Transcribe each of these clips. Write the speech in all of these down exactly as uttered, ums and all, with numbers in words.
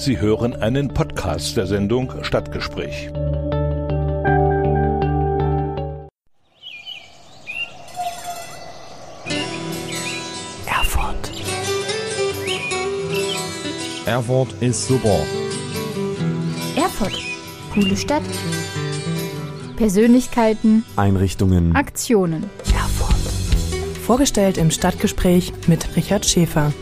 Sie hören einen Podcast der Sendung Stadtgespräch. Erfurt. Erfurt ist super. Erfurt. Coole Stadt. Persönlichkeiten. Einrichtungen. Aktionen. Erfurt. Vorgestellt im Stadtgespräch mit Richard Schäfer.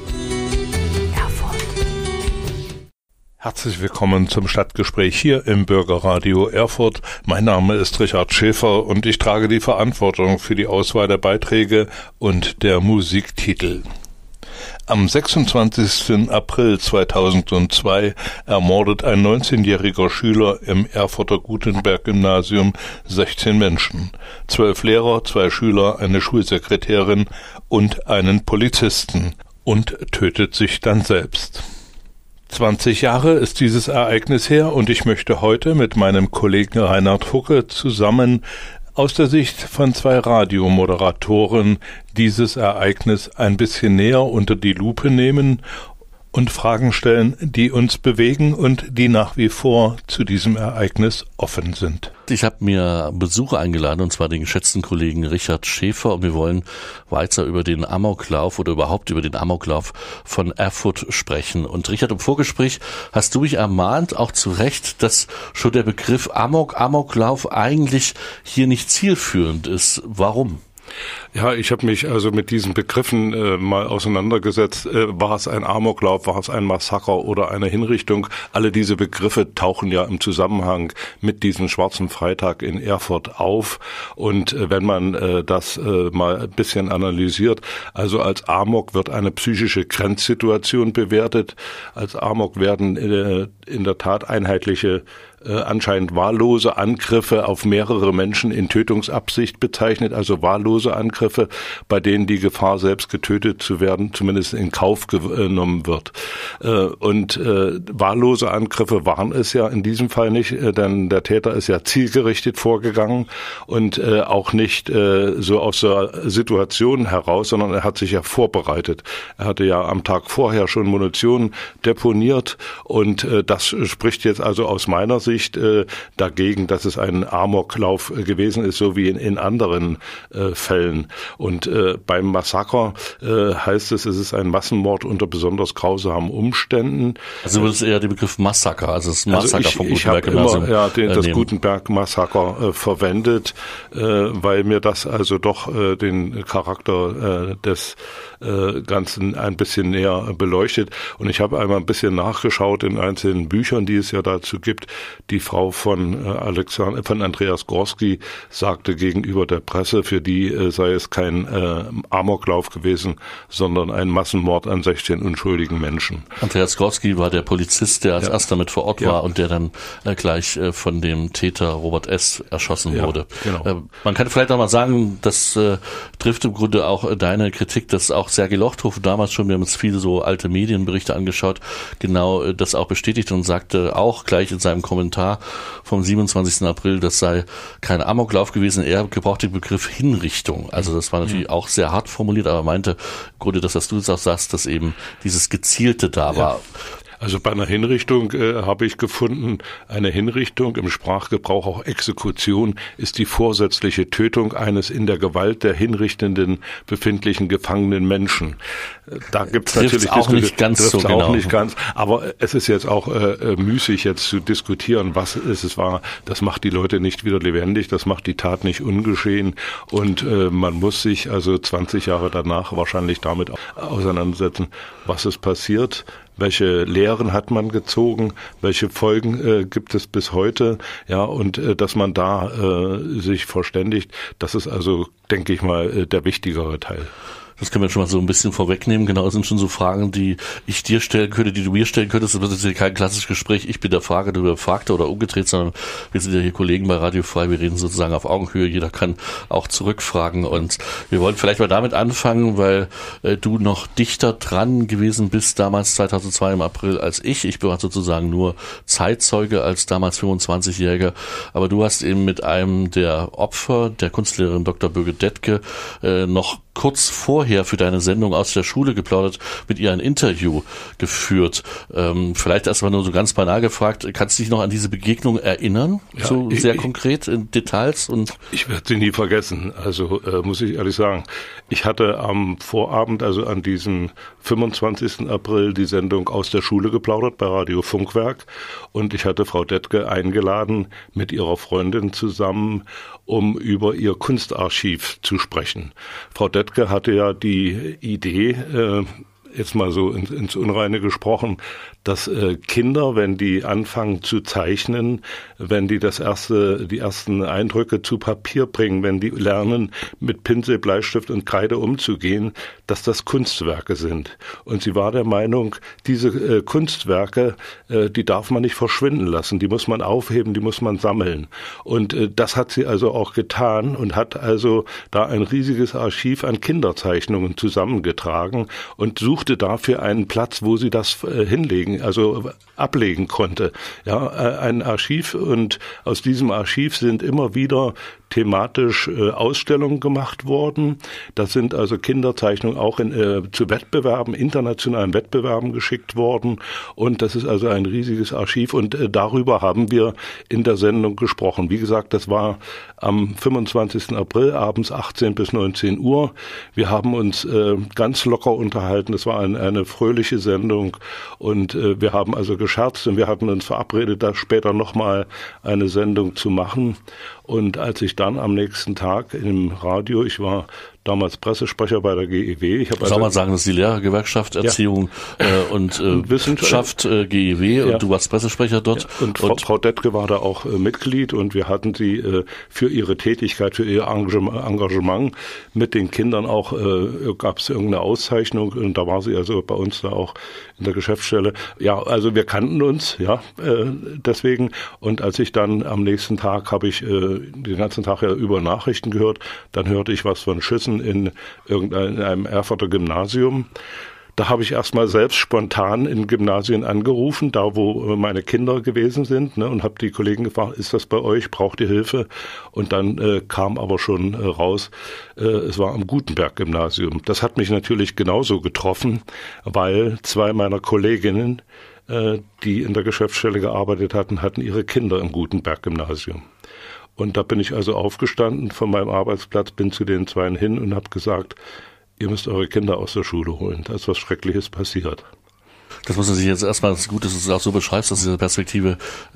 Herzlich willkommen zum Stadtgespräch hier im Bürgerradio Erfurt. Mein Name ist Richard Schäfer und ich trage die Verantwortung für die Auswahl der Beiträge und der Musiktitel. Am sechsundzwanzigsten April zweitausendzwei ermordet ein neunzehnjähriger Schüler im Erfurter Gutenberg-Gymnasium sechzehn Menschen, zwölf Lehrer, zwei Schüler, eine Schulsekretärin und einen Polizisten und tötet sich dann selbst. zwanzig Jahre ist dieses Ereignis her und ich möchte heute mit meinem Kollegen Reinhard Fucke zusammen aus der Sicht von zwei Radiomoderatoren dieses Ereignis ein bisschen näher unter die Lupe nehmen und Fragen stellen, die uns bewegen und die nach wie vor zu diesem Ereignis offen sind. Ich habe mir Besucher eingeladen, und zwar den geschätzten Kollegen Richard Schäfer, und wir wollen weiter über den Amoklauf oder überhaupt über den Amoklauf von Erfurt sprechen. Und Richard, im Vorgespräch hast du mich ermahnt, auch zu Recht, dass schon der Begriff Amok, Amoklauf eigentlich hier nicht zielführend ist. Warum? Ja, ich habe mich also mit diesen Begriffen äh, mal auseinandergesetzt. Äh, war es ein Amoklauf, war es ein Massaker oder eine Hinrichtung? Alle diese Begriffe tauchen ja im Zusammenhang mit diesem Schwarzen Freitag in Erfurt auf. Und äh, wenn man äh, das äh, mal ein bisschen analysiert, also als Amok wird eine psychische Grenzsituation bewertet. Als Amok werden äh, in der Tat einheitliche Äh, anscheinend wahllose Angriffe auf mehrere Menschen in Tötungsabsicht bezeichnet, also wahllose Angriffe, bei denen die Gefahr, selbst getötet zu werden, zumindest in Kauf genommen wird. Äh, und äh, wahllose Angriffe waren es ja in diesem Fall nicht, äh, denn der Täter ist ja zielgerichtet vorgegangen und äh, auch nicht äh, so aus der Situation heraus, sondern er hat sich ja vorbereitet. Er hatte ja am Tag vorher schon Munition deponiert und äh, das spricht jetzt also aus meiner Sicht Sicht äh, dagegen, dass es ein Amoklauf äh, gewesen ist, so wie in, in anderen äh, Fällen. Und äh, beim Massaker äh, heißt es, es ist ein Massenmord unter besonders grausamen Umständen. Also würdest du eher den Begriff Massaker, also das Massaker also ich, vom Gutenberg-Gymnasium. Ich habe immer ja, den, äh, das nehmen. Gutenberg-Massaker äh, verwendet, äh, weil mir das also doch äh, den Charakter äh, des äh, Ganzen ein bisschen näher beleuchtet. Und ich habe einmal ein bisschen nachgeschaut in einzelnen Büchern, die es ja dazu gibt. Die Frau von äh, Alexander, von Andreas Gorski sagte gegenüber der Presse, für die äh, sei es kein äh, Amoklauf gewesen, sondern ein Massenmord an sechzehn unschuldigen Menschen. Andreas Gorski war der Polizist, der als ja. erster mit vor Ort ja. war und der dann äh, gleich äh, von dem Täter Robert S. erschossen ja, wurde. Genau. Äh, man kann vielleicht auch mal sagen, das äh, trifft im Grunde auch äh, deine Kritik, dass auch Sergei Lochthoff damals schon, wir haben uns viele so alte Medienberichte angeschaut, genau äh, das auch bestätigt und sagte auch gleich in seinem Kommentar vom siebenundzwanzigsten April, das sei kein Amoklauf gewesen, er gebrauchte den Begriff Hinrichtung. Also das war natürlich mhm. auch sehr hart formuliert, aber meinte im Grunde, dass, dass du jetzt auch sagst, dass eben dieses Gezielte da war. Ja. Also bei einer Hinrichtung äh, habe ich gefunden, eine Hinrichtung im Sprachgebrauch, auch Exekution, ist die vorsätzliche Tötung eines in der Gewalt der Hinrichtenden befindlichen gefangenen Menschen. Da gibt es natürlich auch nicht ganz so auch genau. nicht ganz, aber es ist jetzt auch äh, müßig jetzt zu diskutieren, was es es war. Das macht die Leute nicht wieder lebendig, das macht die Tat nicht ungeschehen und äh, man muss sich also zwanzig Jahre danach wahrscheinlich damit auseinandersetzen, was ist passiert. Welche Lehren hat man gezogen? Welche Folgen äh, gibt es bis heute? Ja, und äh, dass man da äh, sich verständigt, das ist also, denke ich mal, äh, der wichtigere Teil. Das können wir schon mal so ein bisschen vorwegnehmen. Genau, das sind schon so Fragen, die ich dir stellen könnte, die du mir stellen könntest. Das ist ja kein klassisches Gespräch. Ich bin der Frage, du der Fragte oder umgedreht, sondern wir sind ja hier Kollegen bei Radio Frei. Wir reden sozusagen auf Augenhöhe. Jeder kann auch zurückfragen. Und wir wollen vielleicht mal damit anfangen, weil äh, du noch dichter dran gewesen bist, damals zweitausendzwei im April als ich. Ich war sozusagen nur Zeitzeuge als damals fünfundzwanzigjähriger. Aber du hast eben mit einem der Opfer, der Kunstlehrerin Doktor Birgit Dettke, äh, noch kurz vorher für deine Sendung aus der Schule geplaudert mit ihr ein Interview geführt. Ähm, vielleicht erstmal nur so ganz banal gefragt, kannst du dich noch an diese Begegnung erinnern? Ja, so ich, sehr ich, konkret in Details? Und ich werde sie nie vergessen. Also äh, muss ich ehrlich sagen, ich hatte am Vorabend, also an diesem fünfundzwanzigsten April, die Sendung aus der Schule geplaudert bei Radio Funkwerk und ich hatte Frau Detke eingeladen mit ihrer Freundin zusammen, um über ihr Kunstarchiv zu sprechen. Frau Detke hatte ja die Idee, äh, jetzt mal so ins, ins Unreine gesprochen, dass äh, Kinder, wenn die anfangen zu zeichnen, wenn die das erste, die ersten Eindrücke zu Papier bringen, wenn die lernen, mit Pinsel, Bleistift und Kreide umzugehen, dass das Kunstwerke sind. Und sie war der Meinung, diese äh, Kunstwerke, äh, die darf man nicht verschwinden lassen, die muss man aufheben, die muss man sammeln. Und äh, das hat sie also auch getan und hat also da ein riesiges Archiv an Kinderzeichnungen zusammengetragen und suchte dafür einen Platz, wo sie das äh, hinlegen, also ablegen konnte. Ja, ein Archiv, und aus diesem Archiv sind immer wieder thematisch äh, Ausstellungen gemacht worden. Das sind also Kinderzeichnungen auch in, äh, zu Wettbewerben, internationalen Wettbewerben geschickt worden. Und das ist also ein riesiges Archiv. Und äh, darüber haben wir in der Sendung gesprochen. Wie gesagt, das war am fünfundzwanzigsten April abends achtzehn bis neunzehn Uhr. Wir haben uns äh, ganz locker unterhalten. Es war ein, eine fröhliche Sendung. Und äh, wir haben also gescherzt und wir hatten uns verabredet, da später nochmal eine Sendung zu machen. Und als ich dann am nächsten Tag im Radio, ich war damals Pressesprecher bei der G E W. Ich Soll also, man sagen, das ist die Lehrergewerkschaft Erziehung ja. äh, und äh, Wissenschaft äh, G E W ja. und du warst Pressesprecher dort. Ja. Und, und Frau Detke war da auch äh, Mitglied und wir hatten sie äh, für ihre Tätigkeit, für ihr Engagement, Engagement mit den Kindern auch, äh, gab es irgendeine Auszeichnung und da war sie also bei uns da auch in der Geschäftsstelle. Ja, also wir kannten uns, ja, äh, deswegen. Und als ich dann am nächsten Tag habe ich äh, den ganzen Tag ja über Nachrichten gehört, dann hörte ich was von Schüssen in irgendeinem Erfurter Gymnasium. Da habe ich erstmal selbst spontan in Gymnasien angerufen, da wo meine Kinder gewesen sind, ne, und habe die Kollegen gefragt, ist das bei euch, braucht ihr Hilfe? Und dann äh, kam aber schon äh, raus, äh, es war am Gutenberg-Gymnasium. Das hat mich natürlich genauso getroffen, weil zwei meiner Kolleginnen, äh, die in der Geschäftsstelle gearbeitet hatten, hatten ihre Kinder im Gutenberg-Gymnasium. Und da bin ich also aufgestanden von meinem Arbeitsplatz, bin zu den Zweien hin und habe gesagt, ihr müsst eure Kinder aus der Schule holen. Da ist was Schreckliches passiert. Das muss man sich jetzt erstmal, das ist gut, dass du es auch so beschreibst, dass diese Perspektive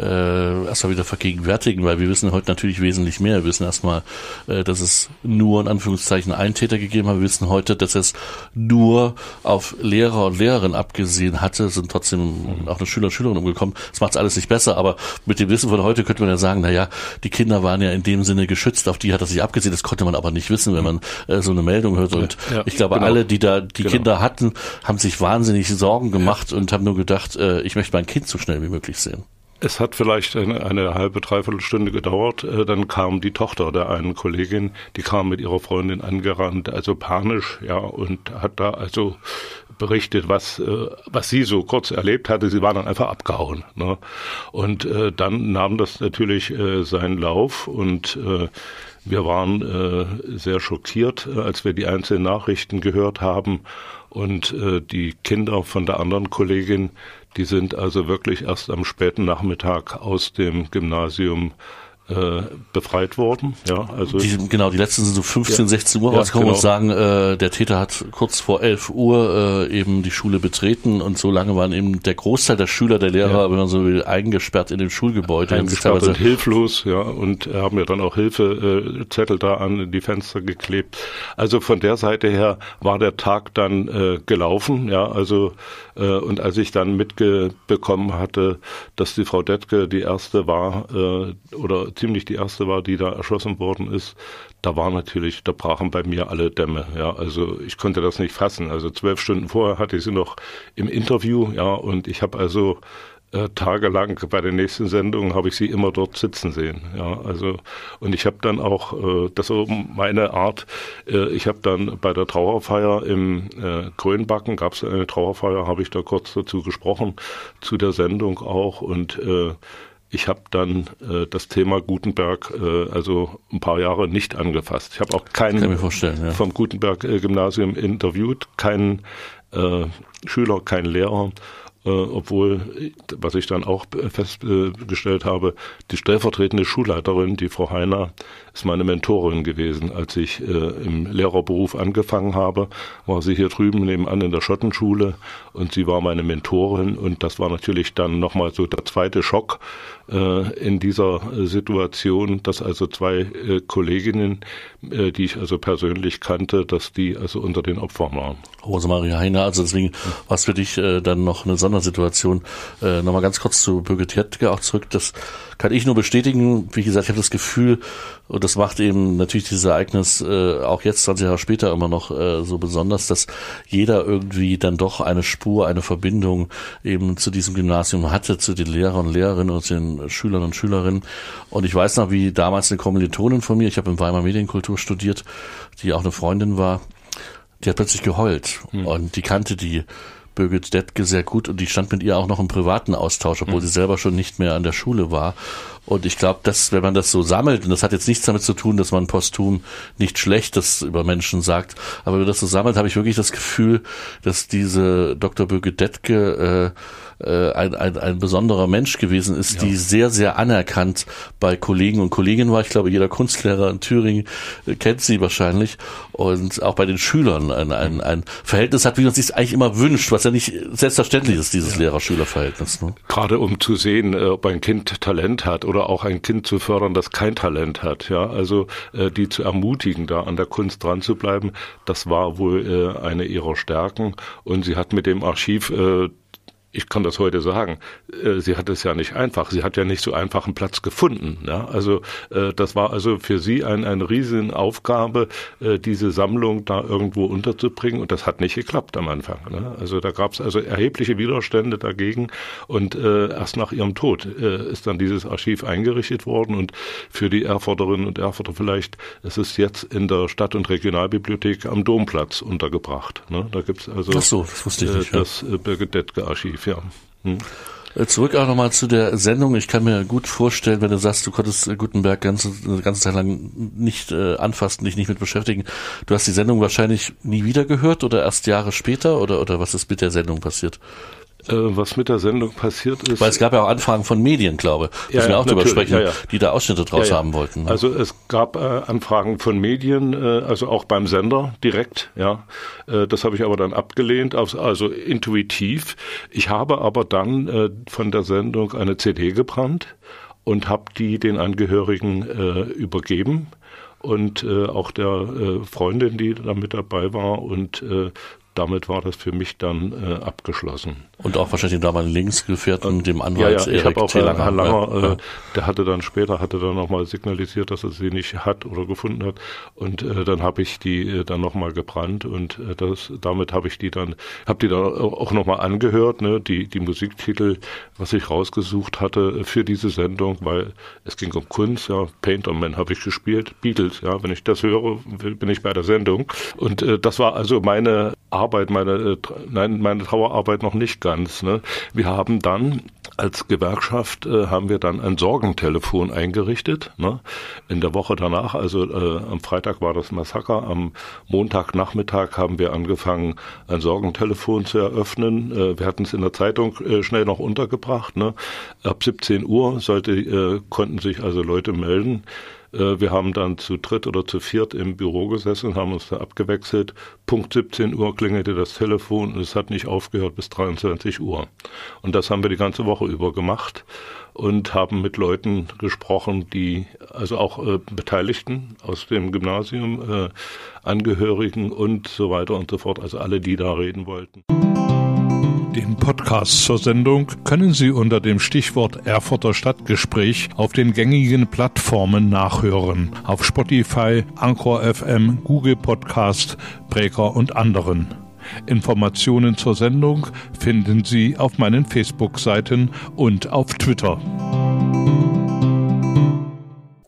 äh, erstmal wieder vergegenwärtigen, weil wir wissen heute natürlich wesentlich mehr. Wir wissen erstmal, äh, dass es nur in Anführungszeichen einen Täter gegeben hat. Wir wissen heute, dass es nur auf Lehrer und Lehrerinnen abgesehen hatte, sind trotzdem mhm. auch eine Schüler und Schülerinnen umgekommen. Das macht es alles nicht besser, aber mit dem Wissen von heute könnte man ja sagen, naja, die Kinder waren ja in dem Sinne geschützt, auf die hat er sich abgesehen. Das konnte man aber nicht wissen, wenn man äh, so eine Meldung hört. Und ja, ja, ich glaube, genau. alle, die da die genau. Kinder hatten, haben sich wahnsinnig Sorgen gemacht ja. und haben nur gedacht, äh, ich möchte mein Kind so schnell wie möglich sehen. Es hat vielleicht eine, eine halbe, dreiviertel Stunde gedauert. Äh, dann kam die Tochter der einen Kollegin, die kam mit ihrer Freundin angerannt, also panisch, ja, und hat da also berichtet, was äh, was sie so kurz erlebt hatte. Sie war dann einfach abgehauen. Ne? Und äh, dann nahm das natürlich äh, seinen Lauf und äh, wir waren äh, sehr schockiert, äh, als wir die einzelnen Nachrichten gehört haben. Und äh, die Kinder von der anderen Kollegin, die sind also wirklich erst am späten Nachmittag aus dem Gymnasium äh, befreit worden. Ja, also die, genau, die letzten sind so fünfzehn, ja, sechzehn Uhr rausgekommen ja, genau. und sagen, äh, der Täter hat kurz vor elf Uhr äh, eben die Schule betreten und so lange waren eben der Großteil der Schüler, der Lehrer, ja. wenn man so will, eingesperrt in dem Schulgebäude. Eingesperrt und hilflos, ja, und haben ja dann auch Hilfezettel da an die Fenster geklebt. Also von der Seite her war der Tag dann äh, gelaufen, ja, also äh, und als ich dann mitbekommen hatte, dass die Frau Detke die erste war, äh, oder ziemlich die erste war, die da erschossen worden ist, da war natürlich, da brachen bei mir alle Dämme, ja, also ich konnte das nicht fassen, also zwölf Stunden vorher hatte ich sie noch im Interview, ja, und ich habe also äh, tagelang bei den nächsten Sendungen habe ich sie immer dort sitzen sehen, ja, also und ich habe dann auch, äh, das ist meine Art, äh, ich habe dann bei der Trauerfeier im äh, Grönbacken, gab es eine Trauerfeier, habe ich da kurz dazu gesprochen, zu der Sendung auch und äh, ich habe dann äh, das Thema Gutenberg äh, also ein paar Jahre nicht angefasst. Ich habe auch keinen ja. vom Gutenberg-Gymnasium interviewt, keinen äh, Schüler, keinen Lehrer. Äh, obwohl, was ich dann auch festgestellt äh, habe, die stellvertretende Schulleiterin, die Frau Heiner, ist meine Mentorin gewesen. Als ich äh, im Lehrerberuf angefangen habe, war sie hier drüben nebenan in der Schottenschule und sie war meine Mentorin und das war natürlich dann nochmal so der zweite Schock äh, in dieser äh, Situation, dass also zwei äh, Kolleginnen, äh, die ich also persönlich kannte, dass die also unter den Opfern waren. Rosemarie Heiner, also deswegen war es für dich äh, dann noch eine Sondersituation. Äh, Nochmal ganz kurz zu Birgit Jettke auch zurück. Das kann ich nur bestätigen. Wie gesagt, ich habe das Gefühl, und das macht eben natürlich dieses Ereignis äh, auch jetzt zwanzig Jahre später immer noch äh, so besonders, dass jeder irgendwie dann doch eine Spur, eine Verbindung eben zu diesem Gymnasium hatte, zu den Lehrern und Lehrerinnen und zu den Schülern und Schülerinnen. Und ich weiß noch, wie damals eine Kommilitonin von mir, ich habe in Weimar Medienkultur studiert, die auch eine Freundin war, die hat plötzlich geheult hm. und die kannte die Birgit Jettke sehr gut und die stand mit ihr auch noch im privaten Austausch, obwohl mhm. sie selber schon nicht mehr an der Schule war. Und ich glaube, dass, wenn man das so sammelt, und das hat jetzt nichts damit zu tun, dass man posthum nicht Schlechtes über Menschen sagt, aber wenn man das so sammelt, habe ich wirklich das Gefühl, dass diese Doktor Birgit Jettke äh, äh, ein, ein, ein besonderer Mensch gewesen ist, ja. die sehr, sehr anerkannt bei Kollegen und Kolleginnen war. Ich glaube, jeder Kunstlehrer in Thüringen äh, kennt sie wahrscheinlich und auch bei den Schülern ein, ein, ein Verhältnis hat, wie man sich es eigentlich immer wünscht, was ja nicht selbstverständlich ist, dieses ja. Lehrer-Schüler-Verhältnis. Ne? Gerade um zu sehen, ob ein Kind Talent hat oder auch ein Kind zu fördern, das kein Talent hat. Ja, also äh, die zu ermutigen, da an der Kunst dran zu bleiben, das war wohl äh, eine ihrer Stärken. Und sie hat mit dem Archiv äh, ich kann das heute sagen, sie hat es ja nicht einfach. Sie hat ja nicht so einfach einen Platz gefunden. Ja? Also das war also für sie ein, eine riesen Aufgabe, diese Sammlung da irgendwo unterzubringen. Und das hat nicht geklappt am Anfang. Ne? Also da gab es also erhebliche Widerstände dagegen. Und äh, erst nach ihrem Tod äh, ist dann dieses Archiv eingerichtet worden. Und für die Erfurterinnen und Erfurter vielleicht, es ist jetzt in der Stadt- und Regionalbibliothek am Domplatz untergebracht. Ne? Da gibt's also Ach so, das wusste ich nicht, äh, das ja. Birgit Jettke-Archiv. Ja. Hm. Zurück auch nochmal zu der Sendung. Ich kann mir gut vorstellen, wenn du sagst, du konntest Gutenberg ganze, eine ganze Zeit lang nicht äh, anfassen, dich nicht mit beschäftigen. Du hast die Sendung wahrscheinlich nie wieder gehört oder erst Jahre später oder, oder was ist mit der Sendung passiert? Was mit der Sendung passiert ist. Weil es gab ja auch Anfragen von Medien, glaube ich, müssen ja, wir auch drüber sprechen, ja, ja. die da Ausschnitte draus ja, ja. haben wollten. Ne? Also es gab äh, Anfragen von Medien, äh, also auch beim Sender direkt, ja. Äh, das habe ich aber dann abgelehnt, also intuitiv. Ich habe aber dann äh, von der Sendung eine C D gebrannt und habe die den Angehörigen äh, übergeben und äh, auch der äh, Freundin, die da mit dabei war und äh, damit war das für mich dann äh, abgeschlossen. Und auch wahrscheinlich den damaligen Linksgefährten, dem Anwalt ja, ja, ich habe auch Herr Herr Langer, ja. äh, der hatte dann später, hatte dann nochmal signalisiert, dass er sie nicht hat oder gefunden hat. Und äh, dann habe ich die äh, dann nochmal gebrannt und äh, das, damit habe ich die dann, habe die dann auch nochmal angehört, ne, die, die Musiktitel, was ich rausgesucht hatte für diese Sendung, weil es ging um Kunst, ja, Painterman habe ich gespielt, Beatles, ja, wenn ich das höre, bin ich bei der Sendung. Und äh, das war also meine Arbeit, meine, nein, meine Trauerarbeit noch nicht ganz. Ne? Wir haben dann als Gewerkschaft äh, haben wir dann ein Sorgentelefon eingerichtet. Ne? In der Woche danach, also äh, am Freitag war das Massaker, am Montagnachmittag haben wir angefangen, ein Sorgentelefon zu eröffnen. Äh, wir hatten es in der Zeitung äh, schnell noch untergebracht. Ne? Ab siebzehn Uhr sollte, äh, konnten sich also Leute melden. Wir haben dann zu dritt oder zu viert im Büro gesessen, haben uns da abgewechselt. Punkt siebzehn Uhr klingelte das Telefon und es hat nicht aufgehört bis dreiundzwanzig Uhr. Und das haben wir die ganze Woche über gemacht und haben mit Leuten gesprochen, die, also auch äh, Beteiligten aus dem Gymnasium, äh, Angehörigen und so weiter und so fort, also alle, die da reden wollten. Den Podcast zur Sendung können Sie unter dem Stichwort Erfurter Stadtgespräch auf den gängigen Plattformen nachhören. Auf Spotify, Anchor F M, Google Podcast, Breaker und anderen. Informationen zur Sendung finden Sie auf meinen Facebook-Seiten und auf Twitter.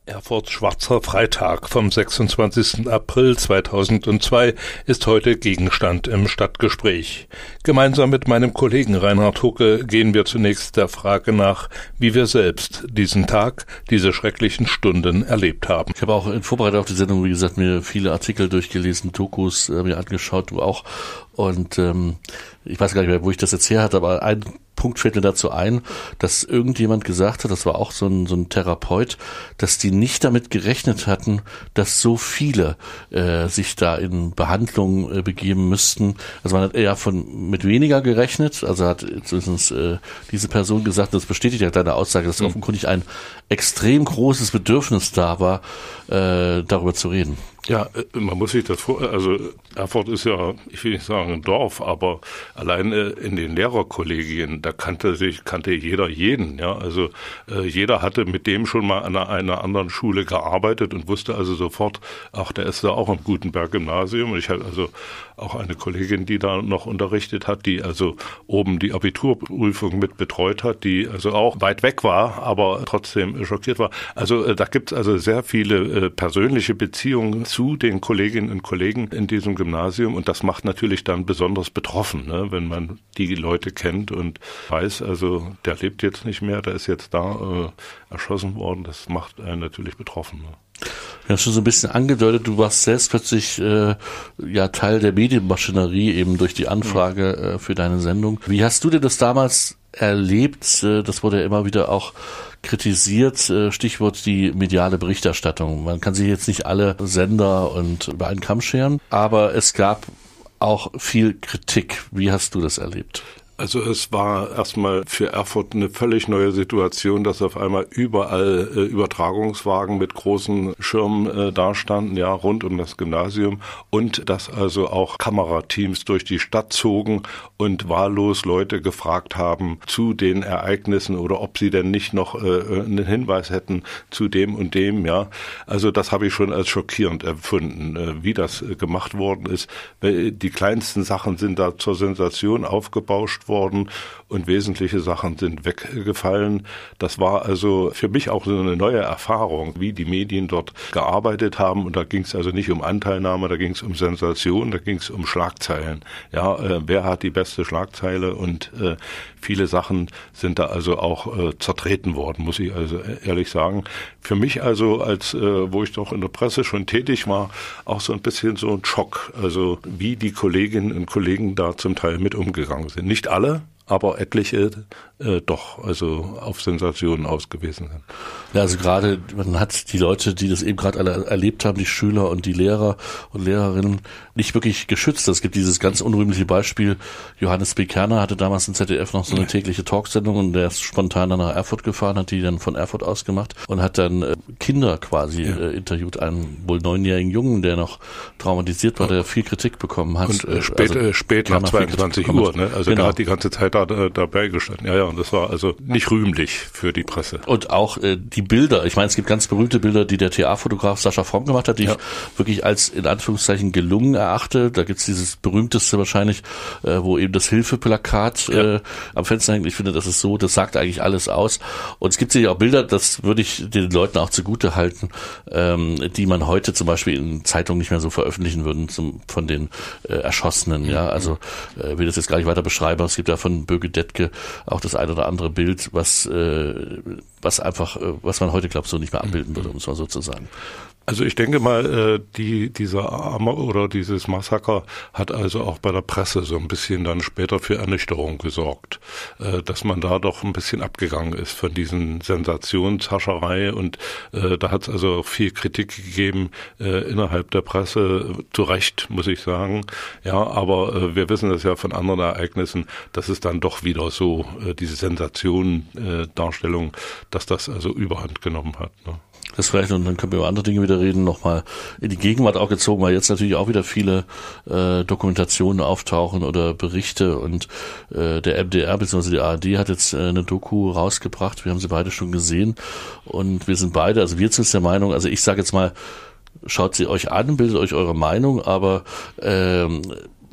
Erfurts Schwarzer Freitag vom sechsundzwanzigsten April zweitausendzwei ist heute Gegenstand im Stadtgespräch. Gemeinsam mit meinem Kollegen Reinhard Hucke gehen wir zunächst der Frage nach, wie wir selbst diesen Tag, diese schrecklichen Stunden erlebt haben. Ich habe auch in Vorbereitung auf die Sendung, wie gesagt, mir viele Artikel durchgelesen, Dokus äh, mir angeschaut, du auch. Und ähm, ich weiß gar nicht mehr, wo ich das jetzt her hatte, aber ein Punkt fällt mir dazu ein, dass irgendjemand gesagt hat, das war auch so ein, so ein Therapeut, dass die nicht damit gerechnet hatten, dass so viele äh, sich da in Behandlung äh, begeben müssten. Also man hat eher von mit weniger gerechnet, also hat zumindest äh, diese Person gesagt, das bestätigt ja deine Aussage, dass mhm. offenkundig ein extrem großes Bedürfnis da war, äh, darüber zu reden. Ja, man muss sich das vor, also Erfurt ist ja, ich will nicht sagen ein Dorf, aber allein in den Lehrerkollegien, da kannte sich, kannte jeder jeden, ja, also äh, jeder hatte mit dem schon mal an einer, einer anderen Schule gearbeitet und wusste also sofort, ach, der ist da auch am Gutenberg-Gymnasium. Und ich hatte also auch eine Kollegin, die da noch unterrichtet hat, die also oben die Abiturprüfung mit betreut hat, die also auch weit weg war, aber trotzdem schockiert war. Also äh, da gibt's also sehr viele äh, persönliche Beziehungen zu den Kolleginnen und Kollegen in diesem Gymnasium und das macht natürlich dann besonders betroffen, ne, wenn man die Leute kennt und weiß, also der lebt jetzt nicht mehr, der ist jetzt da äh, erschossen worden, das macht einen natürlich betroffen. Ne. Du hast schon so ein bisschen angedeutet, du warst selbst plötzlich äh, ja Teil der Medienmaschinerie eben durch die Anfrage äh, für deine Sendung. Wie hast du denn das damals erlebt? Äh, das wurde ja immer wieder auch kritisiert, äh, Stichwort die mediale Berichterstattung. Man kann sich jetzt nicht alle Sender und über einen Kamm scheren, aber es gab auch viel Kritik. Wie hast du das erlebt? Also es war erstmal für Erfurt eine völlig neue Situation, dass auf einmal überall äh, Übertragungswagen mit großen Schirmen äh, dastanden, ja, rund um das Gymnasium und dass also auch Kamerateams durch die Stadt zogen und wahllos Leute gefragt haben zu den Ereignissen oder ob sie denn nicht noch äh, einen Hinweis hätten zu dem und dem, ja. Also das habe ich schon als schockierend empfunden, äh, wie das äh, gemacht worden ist. Die kleinsten Sachen sind da zur Sensation aufgebauscht worden und wesentliche Sachen sind weggefallen. Das war also für mich auch so eine neue Erfahrung, wie die Medien dort gearbeitet haben. Und da ging es also nicht um Anteilnahme, da ging es um Sensation, da ging es um Schlagzeilen. Ja, äh, wer hat die beste Schlagzeile? Und äh, viele Sachen sind da also auch äh, zertreten worden, muss ich also ehrlich sagen. Für mich also, als äh, wo ich doch in der Presse schon tätig war, auch so ein bisschen so ein Schock, also wie die Kolleginnen und Kollegen da zum Teil mit umgegangen sind. Nicht alle, aber etliche äh, doch, also auf Sensationen ausgewiesen sind. Ja, also gerade, man hat die Leute, die das eben gerade alle erlebt haben, die Schüler und die Lehrer und Lehrerinnen, nicht wirklich geschützt. Es gibt dieses ganz unrühmliche Beispiel, Johannes B. Kerner hatte damals im Z D F noch so eine tägliche Talksendung und der ist spontan dann nach Erfurt gefahren, hat die dann von Erfurt aus gemacht und hat dann äh, Kinder quasi ja. äh, interviewt, einen wohl neunjährigen Jungen, der noch traumatisiert war, der viel Kritik bekommen hat. Und äh, spät, also, spät nach zweiundzwanzig Uhr, ne? Also genau. Der hat die ganze Zeit da, da dabei gestanden. Ja, ja, und das war also nicht rühmlich für die Presse. Und auch äh, die Bilder, ich meine, es gibt ganz berühmte Bilder, die der T A-Fotograf Sascha Fromm gemacht hat, die ja. ich wirklich als in Anführungszeichen gelungen erachte. Da gibt's dieses berühmteste wahrscheinlich, äh, wo eben das Hilfeplakat ja. äh, am Fenster hängt. Ich finde, das ist so, das sagt eigentlich alles aus. Und es gibt sicher auch Bilder, das würde ich den Leuten auch zugute halten, ähm, die man heute zum Beispiel in Zeitungen nicht mehr so veröffentlichen würden, zum, von den äh, Erschossenen. Ja, also äh, will das jetzt gar nicht weiter beschreiben, aber es gibt ja von Böge Detke auch das ein oder andere Bild, was äh, was einfach, äh, was man heute, glaube ich, so nicht mehr abbilden würde, um es mal so zu sagen. Also ich denke mal, äh, die dieser Amok oder dieses Massaker hat also auch bei der Presse so ein bisschen dann später für Ernüchterung gesorgt, äh, dass man da doch ein bisschen abgegangen ist von diesen Sensationshascherei und äh, da hat es also auch viel Kritik gegeben äh, innerhalb der Presse, zu Recht, muss ich sagen. Ja, aber äh, wir wissen das ja von anderen Ereignissen, dass es dann doch wieder so äh, diese Sensation, äh, Darstellung, dass das also Überhand genommen hat, ne? Das vielleicht, und dann können wir über andere Dinge wieder reden, nochmal in die Gegenwart auch gezogen, weil jetzt natürlich auch wieder viele äh, Dokumentationen auftauchen oder Berichte und äh, der M D R bzw. die A R D hat jetzt äh, eine Doku rausgebracht, wir haben sie beide schon gesehen und wir sind beide, also wir sind der Meinung, also ich sage jetzt mal, schaut sie euch an, bildet euch eure Meinung, aber ähm,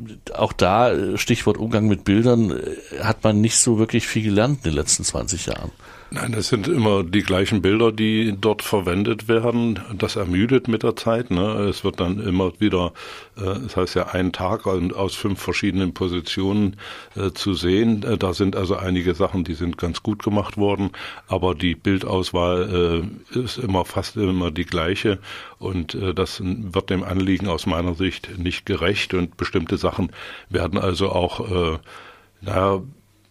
auch da, Stichwort Umgang mit Bildern, hat man nicht so wirklich viel gelernt in den letzten zwanzig Jahren. Nein, das sind immer die gleichen Bilder, die dort verwendet werden. Das ermüdet mit der Zeit. Ne? Es wird dann immer wieder, äh, das heißt ja ein Tag aus fünf verschiedenen Positionen äh, zu sehen. Äh, da sind also einige Sachen, die sind ganz gut gemacht worden, aber die Bildauswahl äh, ist immer fast immer die gleiche und äh, das wird dem Anliegen aus meiner Sicht nicht gerecht und bestimmte Sachen werden also auch, äh, naja,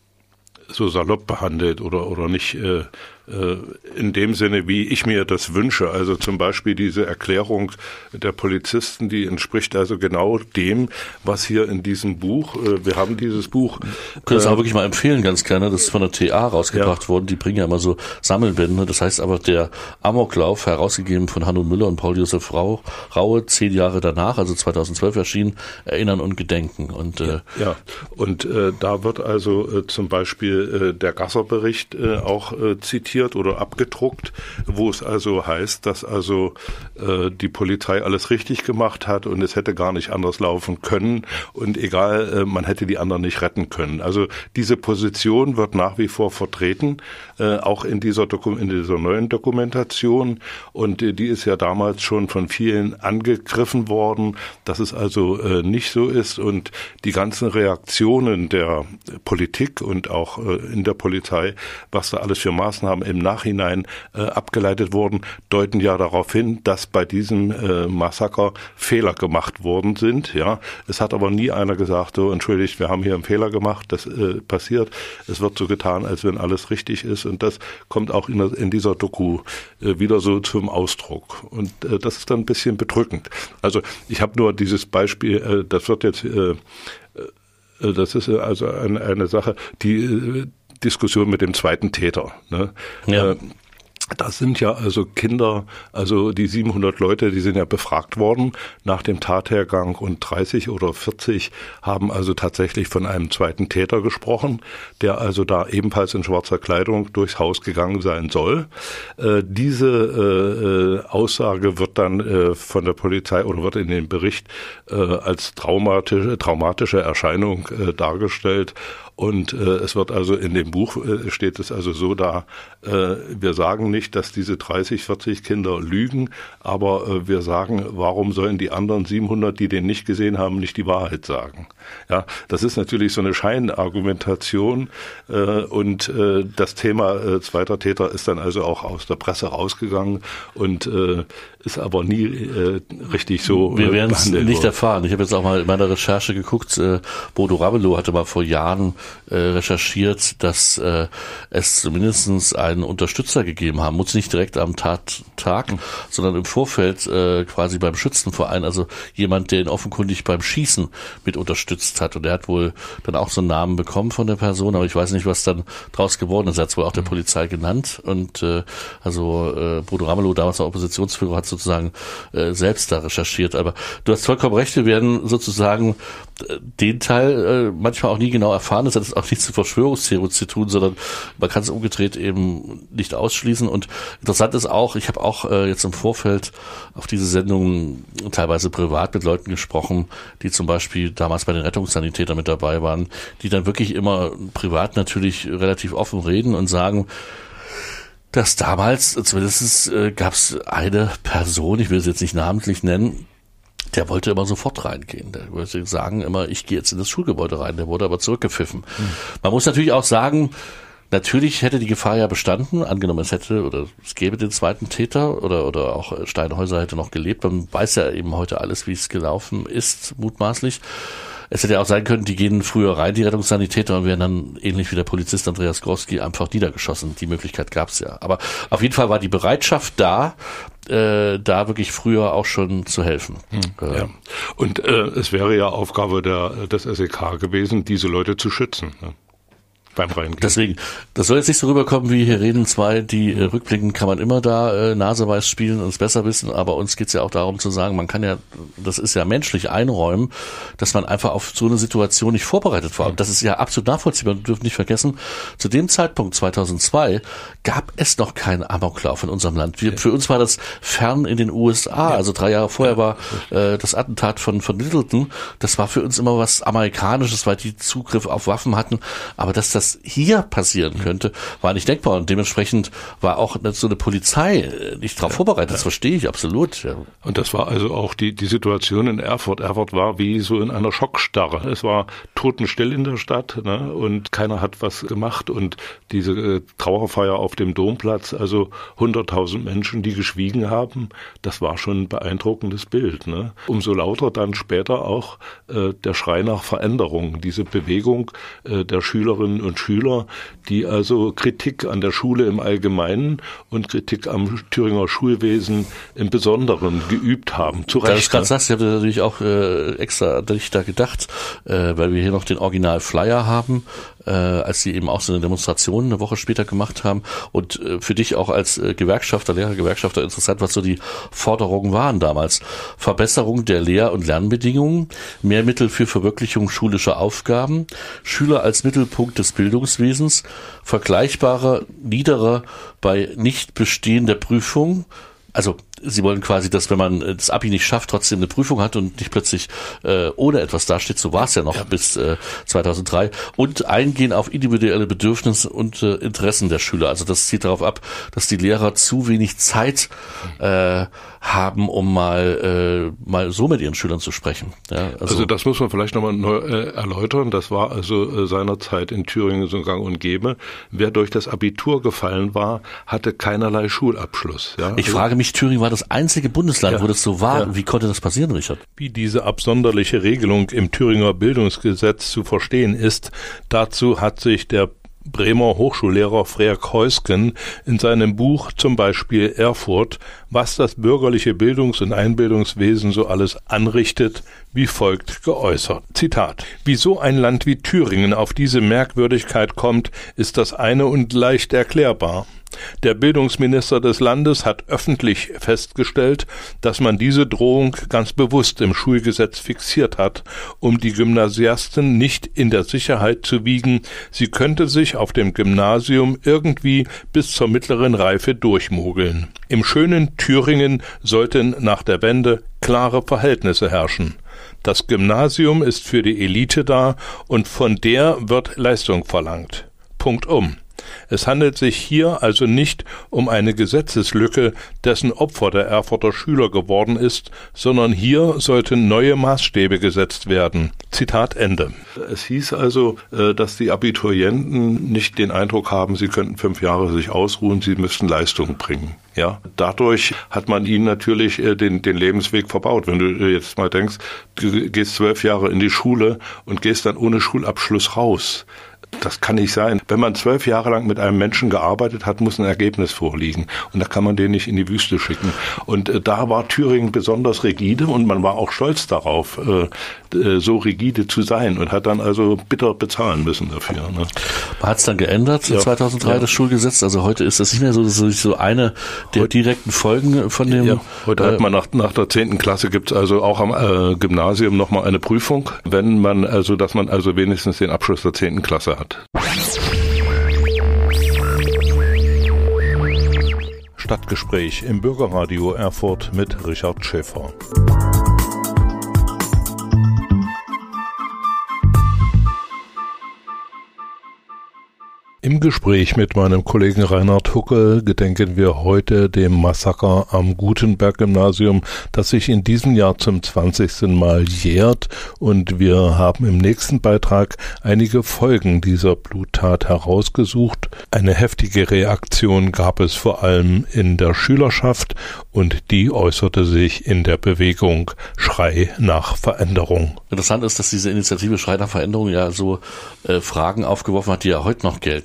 so salopp behandelt oder oder nicht äh, äh, in dem Sinne, wie ich mir das wünsche. Also zum Beispiel diese Erklärung der Polizisten, die entspricht also genau dem, was hier in diesem Buch, äh, wir haben dieses Buch. Ich könnte es auch wirklich mal empfehlen, ganz gerne, das ist von der T A rausgebracht ja. worden, die bringen ja immer so Sammelbände, das heißt aber der Amoklauf, herausgegeben von Hanno Müller und Paul-Josef Raue, zehn Jahre danach, also zweitausendzwölf erschienen, Erinnern und Gedenken. Und, äh, ja, und äh, da wird also äh, zum Beispiel äh, der Gasser-Bericht äh, auch äh, zitiert oder abgedruckt, wo es also heißt, dass also äh, die Polizei alles richtig gemacht hat und es hätte gar nicht anders laufen können und egal, äh, man hätte die anderen nicht retten können. Also diese Position wird nach wie vor vertreten, äh, auch in dieser, Doku- in dieser neuen Dokumentation und äh, die ist ja damals schon von vielen angegriffen worden, dass es also äh, nicht so ist und die ganzen Reaktionen der Politik und auch äh, in der Polizei, was da alles für Maßnahmen im Nachhinein äh, abgeleitet wurden, deuten ja darauf hin, dass bei diesem äh, Massaker Fehler gemacht worden sind. Ja, es hat aber nie einer gesagt, so entschuldigt, wir haben hier einen Fehler gemacht, das äh, passiert. Es wird so getan, als wenn alles richtig ist und das kommt auch in, der, in dieser Doku äh, wieder so zum Ausdruck. Und äh, das ist dann ein bisschen bedrückend. Also ich habe nur dieses Beispiel, äh, das wird jetzt, äh, äh, das ist also eine, eine Sache, die äh, Diskussion mit dem zweiten Täter. Ne? Ja. Äh, das sind ja also Kinder, also die siebenhundert Leute, die sind ja befragt worden nach dem Tathergang und dreißig oder vierzig haben also tatsächlich von einem zweiten Täter gesprochen, der also da ebenfalls in schwarzer Kleidung durchs Haus gegangen sein soll. Äh, diese äh, Aussage wird dann äh, von der Polizei oder wird in dem Bericht äh, als traumatische, traumatische Erscheinung äh, dargestellt. Und äh, es wird also in dem Buch äh, steht es also so da, äh, wir sagen nicht, dass diese dreißig, vierzig Kinder lügen, aber äh, wir sagen, warum sollen die anderen siebenhundert, die den nicht gesehen haben, nicht die Wahrheit sagen? Ja, das ist natürlich so eine Scheinargumentation äh, und äh, das Thema äh, zweiter Täter ist dann also auch aus der Presse rausgegangen und äh, ist aber nie äh, richtig so Wir werden es nicht worden. erfahren. Ich habe jetzt auch mal in meiner Recherche geguckt, äh, Bodo Ramelow hatte mal vor Jahren äh, recherchiert, dass äh, es zumindest einen Unterstützer gegeben haben, muss nicht direkt am Tattag, mhm. sondern im Vorfeld äh, quasi beim Schützenverein, also jemand, der ihn offenkundig beim Schießen mit unterstützt hat und er hat wohl dann auch so einen Namen bekommen von der Person, aber ich weiß nicht, was dann draus geworden ist. Er hat es wohl auch der Polizei genannt und äh, also äh, Bodo Ramelow, damals der Oppositionsführer, hat sozusagen äh, selbst da recherchiert. Aber du hast vollkommen recht, wir werden sozusagen äh, den Teil äh, manchmal auch nie genau erfahren. Das hat auch nichts mit Verschwörungstheorie zu tun, sondern man kann es umgedreht eben nicht ausschließen. Und interessant ist auch, ich habe auch äh, jetzt im Vorfeld auf diese Sendung teilweise privat mit Leuten gesprochen, die zum Beispiel damals bei den Rettungssanitätern mit dabei waren, die dann wirklich immer privat natürlich relativ offen reden und sagen, dass damals, zumindest äh, gab es eine Person, ich will es jetzt nicht namentlich nennen, der wollte immer sofort reingehen. Der wollte sagen immer, ich gehe jetzt in das Schulgebäude rein. Der wurde aber zurückgepfiffen. Mhm. Man muss natürlich auch sagen, natürlich hätte die Gefahr ja bestanden, angenommen es hätte oder es gäbe den zweiten Täter oder oder auch Steinhäuser hätte noch gelebt. Man weiß ja eben heute alles, wie es gelaufen ist, mutmaßlich. Es hätte ja auch sein können, die gehen früher rein, die Rettungssanitäter, und werden dann, ähnlich wie der Polizist Andreas Gorski, einfach niedergeschossen. Die Möglichkeit gab es ja. Aber auf jeden Fall war die Bereitschaft da, äh, da wirklich früher auch schon zu helfen. Hm, äh, ja. Und äh, es wäre ja Aufgabe der, des S E K gewesen, diese Leute zu schützen. Ne? beim Reingehen. Deswegen, das soll jetzt nicht so rüberkommen, wie hier reden zwei, die äh, rückblickend kann man immer da äh, naseweiß spielen und es besser wissen, aber uns geht's ja auch darum zu sagen, man kann ja, das ist ja menschlich einräumen, dass man einfach auf so eine Situation nicht vorbereitet war. Und das ist ja absolut nachvollziehbar. Wir dürfen nicht vergessen, zu dem Zeitpunkt zweitausendzwei gab es noch keinen Amoklauf in unserem Land. Wir, für uns war das fern in den U S A, also drei Jahre vorher war äh, das Attentat von, von Littleton, das war für uns immer was Amerikanisches, weil die Zugriff auf Waffen hatten, aber dass das hier passieren könnte, war nicht denkbar und dementsprechend war auch so eine Polizei nicht darauf ja, vorbereitet, das ja. verstehe ich absolut. Ja. Und das war also auch die, die Situation in Erfurt. Erfurt war wie so in einer Schockstarre. Es war totenstill in der Stadt, ne? Und keiner hat was gemacht und diese äh, Trauerfeier auf dem Domplatz, also hunderttausend Menschen, die geschwiegen haben, das war schon ein beeindruckendes Bild. Ne? Umso lauter dann später auch äh, der Schrei nach Veränderung, diese Bewegung äh, der Schülerinnen und Schüler, die also Kritik an der Schule im Allgemeinen und Kritik am Thüringer Schulwesen im Besonderen geübt haben. Zu Recht. Da ich gerade sagst, ich habe natürlich auch äh, extra an dich da gedacht, äh, weil wir hier noch den Original-Flyer haben, äh, als sie eben auch so eine Demonstration eine Woche später gemacht haben und äh, für dich auch als äh, Gewerkschafter, Lehrergewerkschafter interessant, was so die Forderungen waren damals. Verbesserung der Lehr- und Lernbedingungen, mehr Mittel für Verwirklichung schulischer Aufgaben, Schüler als Mittelpunkt des Bildungswesens, vergleichbare, niedere bei nicht bestehender Prüfung. Also sie wollen quasi, dass wenn man das Abi nicht schafft, trotzdem eine Prüfung hat und nicht plötzlich äh, ohne etwas dasteht. So war es ja noch ja. bis äh, zweitausenddrei. Und eingehen auf individuelle Bedürfnisse und äh, Interessen der Schüler. Also das zielt darauf ab, dass die Lehrer zu wenig Zeit äh, haben, um mal äh, mal so mit ihren Schülern zu sprechen. Ja, also, also das muss man vielleicht nochmal neu äh, erläutern. Das war also äh, seinerzeit in Thüringen so gang und gäbe. Wer durch das Abitur gefallen war, hatte keinerlei Schulabschluss. Ja? Ich also, frage mich, Thüringen war das einzige Bundesland, ja, wo das so war. Ja. Wie konnte das passieren, Richard? Wie diese absonderliche Regelung im Thüringer Bildungsgesetz zu verstehen ist, dazu hat sich der Bremer Hochschullehrer Freak Heusgen in seinem Buch zum Beispiel Erfurt, was das bürgerliche Bildungs- und Einbildungswesen so alles anrichtet, wie folgt geäußert. Zitat: Wieso ein Land wie Thüringen auf diese Merkwürdigkeit kommt, ist das eine und leicht erklärbar. Der Bildungsminister des Landes hat öffentlich festgestellt, dass man diese Drohung ganz bewusst im Schulgesetz fixiert hat, um die Gymnasiasten nicht in der Sicherheit zu wiegen, sie könnte sich auf dem Gymnasium irgendwie bis zur mittleren Reife durchmogeln. Im schönen Thüringen sollten nach der Wende klare Verhältnisse herrschen. Das Gymnasium ist für die Elite da und von der wird Leistung verlangt. Punktum. Es handelt sich hier also nicht um eine Gesetzeslücke, dessen Opfer der Erfurter Schüler geworden ist, sondern hier sollten neue Maßstäbe gesetzt werden. Zitat Ende. Es hieß also, dass die Abiturienten nicht den Eindruck haben, sie könnten fünf Jahre sich ausruhen, sie müssten Leistung bringen. Ja, dadurch hat man ihnen natürlich den, den Lebensweg verbaut. Wenn du jetzt mal denkst, du gehst zwölf Jahre in die Schule und gehst dann ohne Schulabschluss raus. Das kann nicht sein. Wenn man zwölf Jahre lang mit einem Menschen gearbeitet hat, muss ein Ergebnis vorliegen. Und da kann man den nicht in die Wüste schicken. Und äh, da war Thüringen besonders rigide und man war auch stolz darauf, äh, äh, so rigide zu sein und hat dann also bitter bezahlen müssen dafür. Ne? Man hat es dann geändert, ja. zweitausenddrei, ja. das Schulgesetz. Also heute ist das nicht mehr so, so eine der heute, direkten Folgen von dem... Ja. Heute äh, hat man nach, nach der zehnten Klasse gibt's also auch am äh, Gymnasium nochmal eine Prüfung, wenn man also, dass man also wenigstens den Abschluss der zehnten Klasse hat. Stadtgespräch im Bürgerradio Erfurt mit Richard Schäfer. Im Gespräch mit meinem Kollegen Reinhard Huckel gedenken wir heute dem Massaker am Gutenberg-Gymnasium, das sich in diesem Jahr zum zwanzigsten Mal jährt, und wir haben im nächsten Beitrag einige Folgen dieser Bluttat herausgesucht. Eine heftige Reaktion gab es vor allem in der Schülerschaft und die äußerte sich in der Bewegung Schrei nach Veränderung. Interessant ist, dass diese Initiative Schrei nach Veränderung ja so äh, Fragen aufgeworfen hat, die ja heute noch gelten.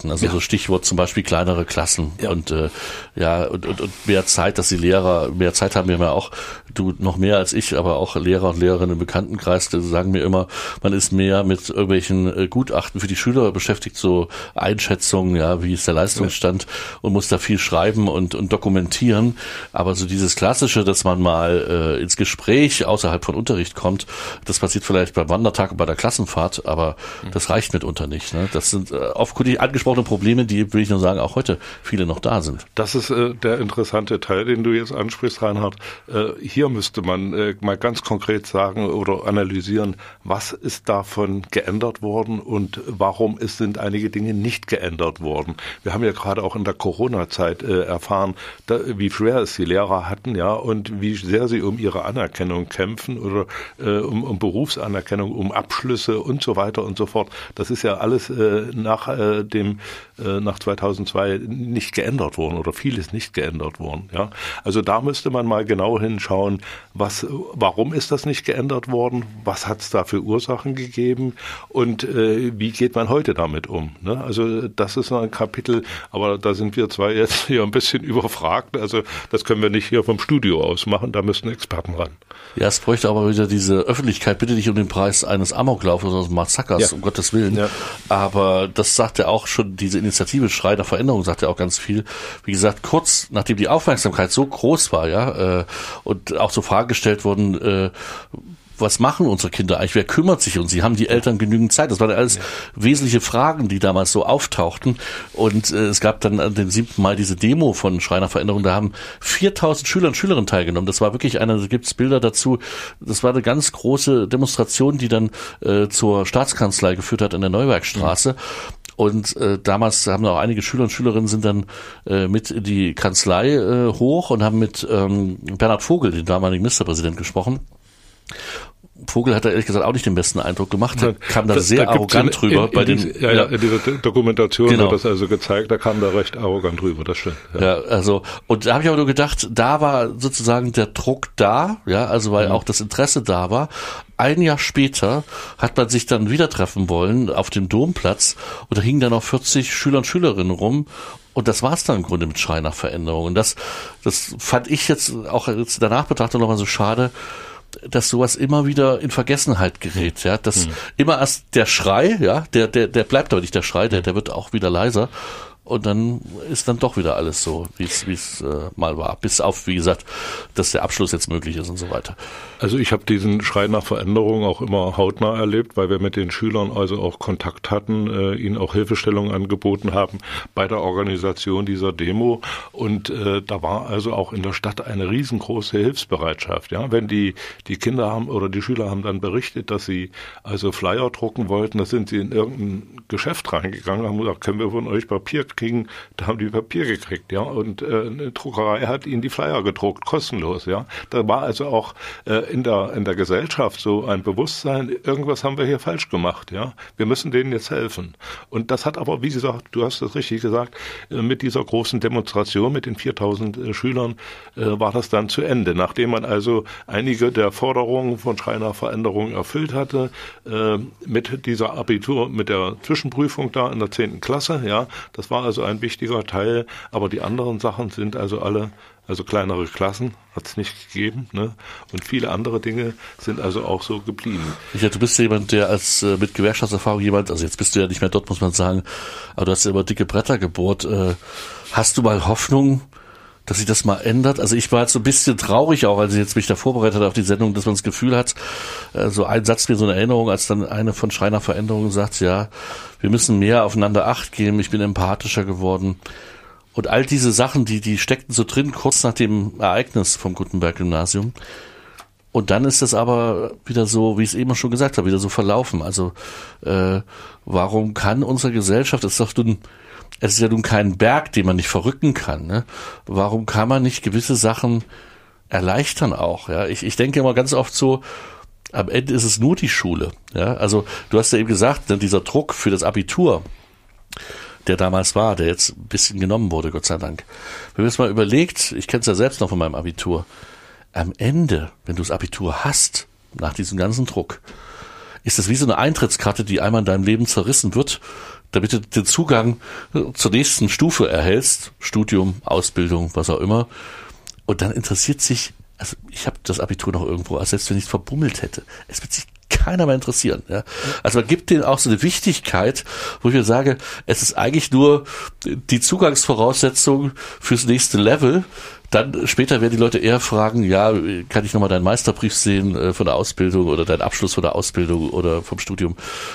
geworden. Also ja. so Stichwort zum Beispiel kleinere Klassen ja. und äh, ja und, und, und mehr Zeit, dass die Lehrer mehr Zeit haben. Wir haben ja auch, du noch mehr als ich, aber auch Lehrer und Lehrerinnen im Bekanntenkreis, die sagen mir immer, man ist mehr mit irgendwelchen äh, Gutachten für die Schüler beschäftigt, so Einschätzungen, ja, wie ist der Leistungsstand ja. und muss da viel schreiben und, und dokumentieren. Aber so dieses Klassische, dass man mal äh, ins Gespräch außerhalb von Unterricht kommt, das passiert vielleicht beim Wandertag und bei der Klassenfahrt, aber mhm. das reicht mitunter nicht. Ne? Das sind äh, offenkundig angesprochene Probleme, die, will ich nur sagen, auch heute viele noch da sind. Das ist äh, der interessante Teil, den du jetzt ansprichst, Reinhard. Äh, hier müsste man äh, mal ganz konkret sagen oder analysieren, was ist davon geändert worden und warum ist, sind einige Dinge nicht geändert worden. Wir haben ja gerade auch in der Corona-Zeit äh, erfahren, da, wie schwer es die Lehrer hatten, ja, und wie sehr sie um ihre Anerkennung kämpfen oder äh, um, um Berufsanerkennung, um Abschlüsse und so weiter und so fort. Das ist ja alles äh, nach äh, dem äh, nach zweitausendzwei nicht geändert worden oder vieles nicht geändert worden. Ja, also da müsste man mal genau hinschauen, was, warum ist das nicht geändert worden? Was hat es da für Ursachen gegeben? Und äh, wie geht man heute damit um? Ne? Also das ist noch ein Kapitel, aber da sind wir zwei jetzt hier ein bisschen überfragt. Also das können wir nicht hier vom Studio aus machen. Da müssten Experten ran. Ja, es bräuchte aber wieder diese Öffentlichkeit. Bitte nicht um den Preis eines Amoklaufes oder eines Massakers, ja. um Gottes Willen. Ja. Aber das sagt ja auch schon, diese Initiative Schrei nach Veränderung sagt ja auch ganz viel. Wie gesagt, kurz nachdem die Aufmerksamkeit so groß war, ja, äh, und auch so Fragen gestellt wurden, äh, was machen unsere Kinder eigentlich? Wer kümmert sich um sie? Haben die Eltern genügend Zeit? Das waren alles ja. wesentliche Fragen, die damals so auftauchten. Und äh, es gab dann an dem siebten Mai diese Demo von Schrei nach Veränderung. Da haben viertausend Schüler und Schülerinnen teilgenommen. Das war wirklich eine, da gibt's Bilder dazu. Das war eine ganz große Demonstration, die dann äh, zur Staatskanzlei geführt hat in der Neuwerkstraße. Mhm. Und äh, damals haben auch einige Schüler und Schülerinnen sind dann äh, mit in die Kanzlei äh, hoch und haben mit ähm, Bernhard Vogel, dem damaligen Ministerpräsident, gesprochen. Vogel hat da ehrlich gesagt auch nicht den besten Eindruck gemacht. Er kam da das, sehr da arrogant in, drüber. In, in bei den, diese, ja, ja, in dieser Dokumentation genau. wird das also gezeigt, da kam da recht arrogant drüber, das stimmt. Ja, ja also, und da habe ich aber nur gedacht, da war sozusagen der Druck da, ja, also weil mhm. auch das Interesse da war. Ein Jahr später hat man sich dann wieder treffen wollen auf dem Domplatz und da hingen dann noch vierzig Schüler und Schülerinnen rum. Und das war's dann im Grunde mit Schrei nach Veränderung. Und das, das fand ich jetzt auch jetzt danach betrachtet nochmal so schade, dass sowas immer wieder in Vergessenheit gerät, ja, dass mhm. immer erst der Schrei, ja, der, der, der bleibt aber nicht der Schrei, der, der wird auch wieder leiser. Und dann ist dann doch wieder alles so, wie es wie es äh, mal war. Bis auf, wie gesagt, dass der Abschluss jetzt möglich ist und so weiter. Also ich habe diesen Schrei nach Veränderung auch immer hautnah erlebt, weil wir mit den Schülern also auch Kontakt hatten, äh, ihnen auch Hilfestellung angeboten haben bei der Organisation dieser Demo. Und äh, da war also auch in der Stadt eine riesengroße Hilfsbereitschaft. Ja, wenn die die Kinder haben oder die Schüler haben dann berichtet, dass sie also Flyer drucken wollten, da sind sie in irgendein Geschäft reingegangen, haben gesagt, können wir von euch Papier kriegen, da haben die Papier gekriegt, ja, und äh, eine Druckerei hat ihnen die Flyer gedruckt, kostenlos, ja. Da war also auch äh, in der in der Gesellschaft so ein Bewusstsein, irgendwas haben wir hier falsch gemacht, ja. Wir müssen denen jetzt helfen. Und das hat aber, wie gesagt, du hast es richtig gesagt, äh, mit dieser großen Demonstration mit den viertausend äh, Schülern äh, war das dann zu Ende, nachdem man also einige der Forderungen von Schrei nach Veränderung erfüllt hatte, äh, mit dieser Abitur, mit der Zwischenprüfung da in der zehnten Klasse, ja. Das war also ein wichtiger Teil, aber die anderen Sachen sind also alle, also kleinere Klassen hat es nicht gegeben, ne? Und viele andere Dinge sind also auch so geblieben. Richard, du bist jemand, der als äh, mit Gewerkschaftserfahrung jemand, also jetzt bist du ja nicht mehr dort, muss man sagen, aber du hast ja immer dicke Bretter gebohrt. Äh, hast du mal Hoffnung, dass sich das mal ändert? Also ich war jetzt so ein bisschen traurig auch, als ich jetzt mich da vorbereitet habe auf die Sendung, dass man das Gefühl hat, äh, so ein Satz mir so eine Erinnerung, als dann eine von Schrei nach Veränderung sagt, ja, wir müssen mehr aufeinander Acht geben, ich bin empathischer geworden. Und all diese Sachen, die, die steckten so drin, kurz nach dem Ereignis vom Gutenberg-Gymnasium. Und dann ist es aber wieder so, wie ich es eben schon gesagt habe, wieder so verlaufen. Also äh, warum kann unsere Gesellschaft, es ist doch nun, es ist ja nun kein Berg, den man nicht verrücken kann, ne? Warum kann man nicht gewisse Sachen erleichtern auch? Ja, ich, ich denke immer ganz oft so, am Ende ist es nur die Schule. Ja, also du hast ja eben gesagt, ne, dieser Druck für das Abitur, der damals war, der jetzt ein bisschen genommen wurde, Gott sei Dank. Wenn man es mal überlegt, ich kenne es ja selbst noch von meinem Abitur, am Ende, wenn du das Abitur hast, nach diesem ganzen Druck, ist das wie so eine Eintrittskarte, die einmal in deinem Leben zerrissen wird, damit du den Zugang zur nächsten Stufe erhältst, Studium, Ausbildung, was auch immer. Und dann interessiert sich, also ich habe das Abitur noch irgendwo, also selbst wenn ich es verbummelt hätte, es wird sich keiner mehr interessieren. Ja. Also man gibt denen auch so eine Wichtigkeit, wo ich mir sage, es ist eigentlich nur die Zugangsvoraussetzung fürs nächste Level. Dann später werden die Leute eher fragen, ja, kann ich nochmal deinen Meisterbrief sehen äh, von der Ausbildung oder deinen Abschluss von der Ausbildung oder vom Studium.